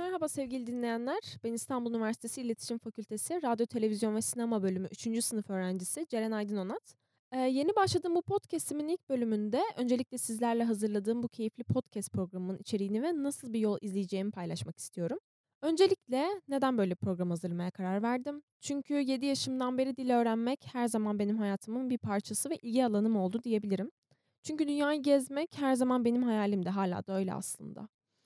Merhaba sevgili dinleyenler. Ben İstanbul Üniversitesi İletişim Fakültesi Radyo, Televizyon ve Sinema Bölümü 3. sınıf öğrencisi Ceren Aydın Onat. Yeni başladığım bu podcast'imin ilk bölümünde öncelikle sizlerle hazırladığım bu keyifli podcast programının içeriğini ve nasıl bir yol izleyeceğimi paylaşmak istiyorum. Öncelikle neden böyle bir program hazırlamaya karar verdim? Çünkü 7 yaşımdan beri dil öğrenmek her zaman benim hayatımın bir parçası ve ilgi alanım oldu diyebilirim. Çünkü dünyayı gezmek her zaman benim hayalimdi, hala da öyle aslında.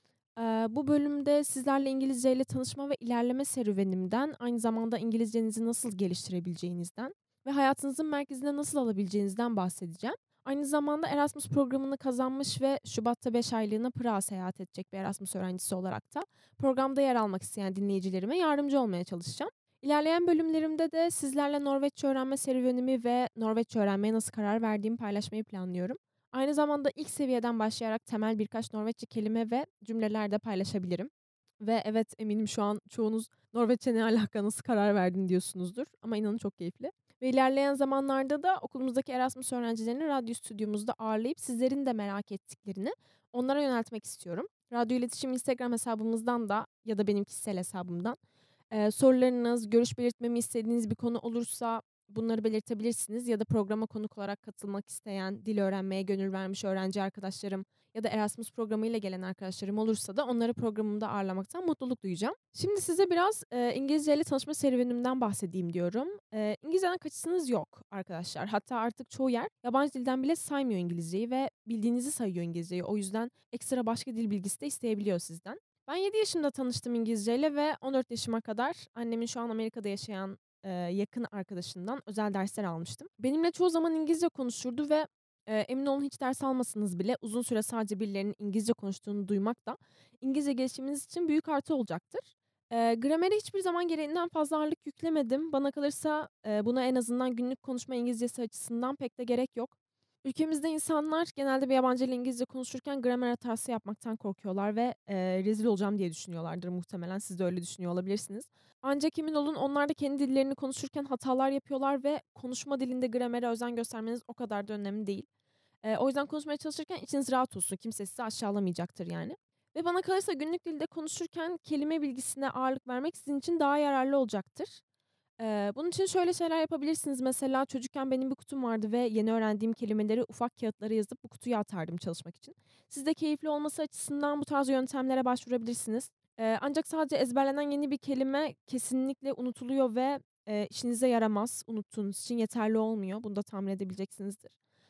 Bu bölümde sizlerle İngilizceyle tanışma ve ilerleme serüvenimden, aynı zamanda İngilizcenizi nasıl geliştirebileceğinizden ve hayatınızın merkezine nasıl alabileceğinizden bahsedeceğim. Aynı zamanda Erasmus programını kazanmış ve Şubat'ta 5 aylığına Prag'a seyahat edecek bir Erasmus öğrencisi olarak da programda yer almak isteyen dinleyicilerime yardımcı olmaya çalışacağım. İlerleyen bölümlerimde de sizlerle Norveççe öğrenme serüvenimi ve Norveççe öğrenmeye nasıl karar verdiğimi paylaşmayı planlıyorum. Aynı zamanda ilk seviyeden başlayarak temel birkaç Norveççe kelime ve cümleler de paylaşabilirim. Ve evet, eminim şu an çoğunuz Norveççe ne alaka, nasıl karar verdin diyorsunuzdur. Ama inanın çok keyifli. Ve ilerleyen zamanlarda da okulumuzdaki Erasmus öğrencilerini radyo stüdyomuzda ağırlayıp sizlerin de merak ettiklerini onlara yöneltmek istiyorum. Radyo İletişim Instagram hesabımızdan da ya da benim kişisel hesabımdan sorularınız, görüş belirtmemi istediğiniz bir konu olursa bunları belirtebilirsiniz ya da programa konuk olarak katılmak isteyen, dil öğrenmeye gönül vermiş öğrenci arkadaşlarım ya da Erasmus programıyla gelen arkadaşlarım olursa da onları programımda ağırlamaktan mutluluk duyacağım. Şimdi size biraz İngilizceyle tanışma serüvenimden bahsedeyim diyorum. İngilizceden kaçışınız yok arkadaşlar. Hatta artık çoğu yer yabancı dilden bile saymıyor İngilizceyi ve bildiğinizi sayıyor İngilizceyi. O yüzden ekstra başka dil bilgisi de isteyebiliyor sizden. Ben 7 yaşımda tanıştım İngilizceyle ve 14 yaşıma kadar annemin şu an Amerika'da yaşayan yakın arkadaşından özel dersler almıştım. Benimle çoğu zaman İngilizce konuşurdu ve emin olun, hiç ders almasanız bile uzun süre sadece birilerinin İngilizce konuştuğunu duymak da İngilizce gelişiminiz için büyük artı olacaktır. Gramere hiçbir zaman gereğinden fazla ağırlık yüklemedim. Bana kalırsa buna en azından günlük konuşma İngilizcesi açısından pek de gerek yok. Ülkemizde insanlar genelde bir yabancı ile İngilizce konuşurken gramer hatası yapmaktan korkuyorlar ve rezil olacağım diye düşünüyorlardır muhtemelen. Siz de öyle düşünüyor olabilirsiniz. Ancak emin olun, onlar da kendi dillerini konuşurken hatalar yapıyorlar ve konuşma dilinde gramere özen göstermeniz o kadar da önemli değil. O yüzden konuşmaya çalışırken içiniz rahat olsun. Kimse sizi aşağılamayacaktır yani. Ve bana kalırsa günlük dilde konuşurken kelime bilgisine ağırlık vermek sizin için daha yararlı olacaktır. Bunun için şöyle şeyler yapabilirsiniz. Mesela çocukken benim bir kutum vardı ve yeni öğrendiğim kelimeleri ufak kağıtlara yazıp bu kutuya atardım çalışmak için. Siz de keyifli olması açısından bu tarz yöntemlere başvurabilirsiniz. Ancak sadece ezberlenen yeni bir kelime kesinlikle unutuluyor ve işinize yaramaz. Unuttuğunuz için yeterli olmuyor. Bunu da tahmin edebileceksinizdir.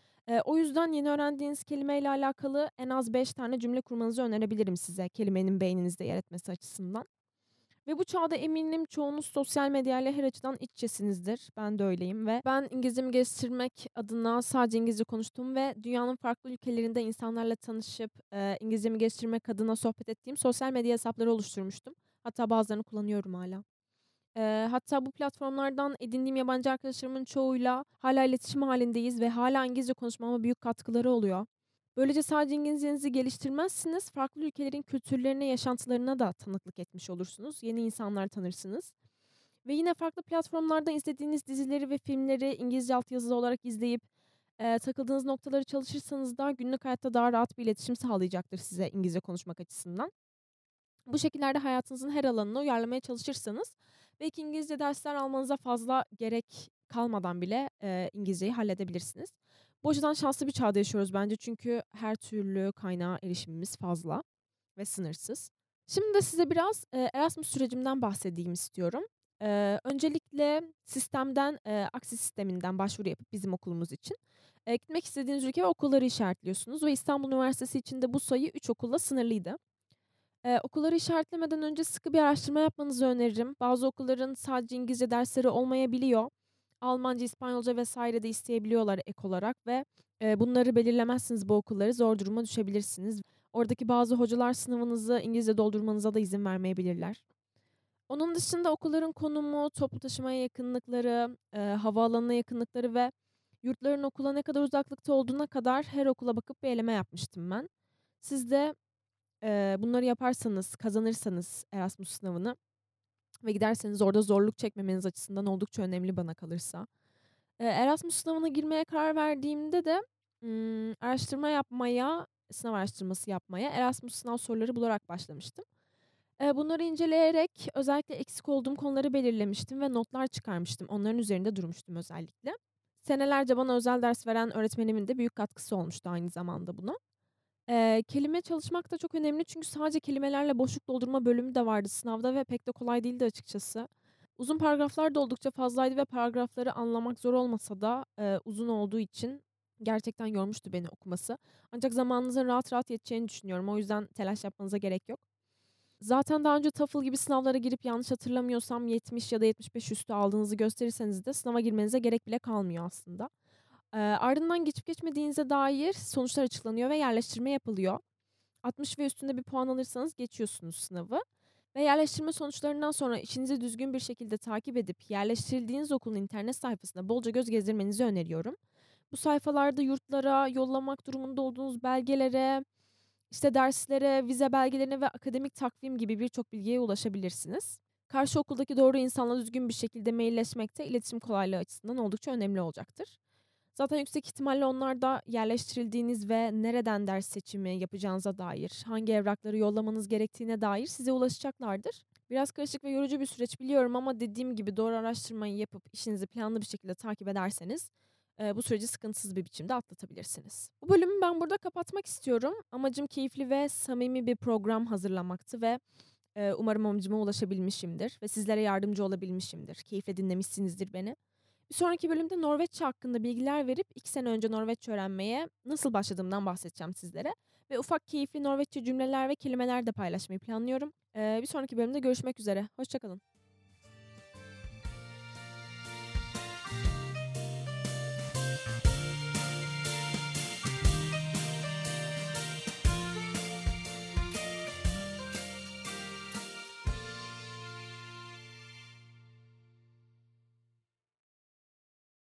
O yüzden yeni öğrendiğiniz kelimeyle alakalı en az 5 tane cümle kurmanızı önerebilirim size, kelimenin beyninizde yer etmesi açısından. Ve bu çağda eminim çoğunuz sosyal medyayla her açıdan iç içesinizdir. Ben de öyleyim ve ben İngilizcemi geliştirmek adına sadece İngilizce konuştuğum ve dünyanın farklı ülkelerinde insanlarla tanışıp İngilizcemi geliştirmek adına sohbet ettiğim sosyal medya hesapları oluşturmuştum. Hatta bazılarını kullanıyorum hala. Hatta bu platformlardan edindiğim yabancı arkadaşlarımın çoğuyla hala iletişim halindeyiz ve hala İngilizce konuşmama büyük katkıları oluyor. Böylece sadece İngilizcenizi geliştirmezsiniz, farklı ülkelerin kültürlerine, yaşantılarına da tanıklık etmiş olursunuz. Yeni insanlar tanırsınız. Ve yine farklı platformlardan izlediğiniz dizileri ve filmleri İngilizce altyazılı olarak izleyip takıldığınız noktaları çalışırsanız da günlük hayatta daha rahat bir iletişim sağlayacaktır size İngilizce konuşmak açısından. Bu şekillerde hayatınızın her alanına uyarlamaya çalışırsanız belki İngilizce dersler almanıza fazla gerek kalmadan bile İngilizceyi halledebilirsiniz. Bu açıdan şanslı bir çağda yaşıyoruz bence, çünkü her türlü kaynağa erişimimiz fazla ve sınırsız. Şimdi de size biraz Erasmus sürecimden bahsedeyim istiyorum. Öncelikle sistemden, Aksi sisteminden başvuru yapıp bizim okulumuz için gitmek istediğiniz ülke ve okulları işaretliyorsunuz ve İstanbul Üniversitesi için de bu sayı 3 okulla sınırlıydı. Okulları işaretlemeden önce sıkı bir araştırma yapmanızı öneririm. Bazı okulların sadece İngilizce dersleri olmayabiliyor. Almanca, İspanyolca vesaire de isteyebiliyorlar ek olarak ve bunları belirlemezseniz bu okulları zor duruma düşebilirsiniz. Oradaki bazı hocalar sınavınızı İngilizce doldurmanıza da izin vermeyebilirler. Onun dışında okulların konumu, toplu taşımaya yakınlıkları, havaalanına yakınlıkları ve yurtların okula ne kadar uzaklıkta olduğuna kadar her okula bakıp bir eleme yapmıştım ben. Siz de bunları yaparsanız, kazanırsanız Erasmus sınavını ve giderseniz orada zorluk çekmemeniz açısından oldukça önemli bana kalırsa. Erasmus sınavına girmeye karar verdiğimde de araştırma yapmaya, sınav araştırması yapmaya Erasmus sınav soruları bularak başlamıştım. Bunları inceleyerek özellikle eksik olduğum konuları belirlemiştim ve notlar çıkarmıştım. Onların üzerinde durmuştum özellikle. Senelerce bana özel ders veren öğretmenimin de büyük katkısı olmuştu aynı zamanda buna. Kelime çalışmak da çok önemli çünkü sadece kelimelerle boşluk doldurma bölümü de vardı sınavda ve pek de kolay değildi açıkçası. Uzun paragraflar da oldukça fazlaydı ve paragrafları anlamak zor olmasa da, uzun olduğu için gerçekten yormuştu beni okuması. Ancak zamanınızın rahat rahat yeteceğini düşünüyorum. O yüzden telaş yapmanıza gerek yok. Zaten daha önce TOEFL gibi sınavlara girip yanlış hatırlamıyorsam 70 ya da 75 üstü aldığınızı gösterirseniz de sınava girmenize gerek bile kalmıyor aslında. Ardından geçip geçmediğinize dair sonuçlar açıklanıyor ve yerleştirme yapılıyor. 60 ve üstünde bir puan alırsanız geçiyorsunuz sınavı ve yerleştirme sonuçlarından sonra işinizi düzgün bir şekilde takip edip yerleştirildiğiniz okulun internet sayfasına bolca göz gezdirmenizi öneriyorum. Bu sayfalarda yurtlara, yollamak durumunda olduğunuz belgelere, işte derslere, vize belgelerine ve akademik takvim gibi birçok bilgiye ulaşabilirsiniz. Karşı okuldaki doğru insanla düzgün bir şekilde mailleşmek de iletişim kolaylığı açısından oldukça önemli olacaktır. Zaten yüksek ihtimalle onlar da yerleştirildiğiniz ve nereden ders seçimi yapacağınıza dair, hangi evrakları yollamanız gerektiğine dair size ulaşacaklardır. Biraz karışık ve yorucu bir süreç biliyorum ama dediğim gibi doğru araştırmayı yapıp işinizi planlı bir şekilde takip ederseniz bu süreci sıkıntısız bir biçimde atlatabilirsiniz. Bu bölümü ben burada kapatmak istiyorum. Amacım keyifli ve samimi bir program hazırlamaktı ve umarım amacıma ulaşabilmişimdir ve sizlere yardımcı olabilmişimdir. Keyifle dinlemişsinizdir beni. Bir sonraki bölümde Norveççe hakkında bilgiler verip 2 sene önce Norveççe öğrenmeye nasıl başladığımdan bahsedeceğim sizlere. Ve ufak keyifli Norveççe cümleler ve kelimeler de paylaşmayı planlıyorum. Bir sonraki bölümde görüşmek üzere. Hoşça kalın.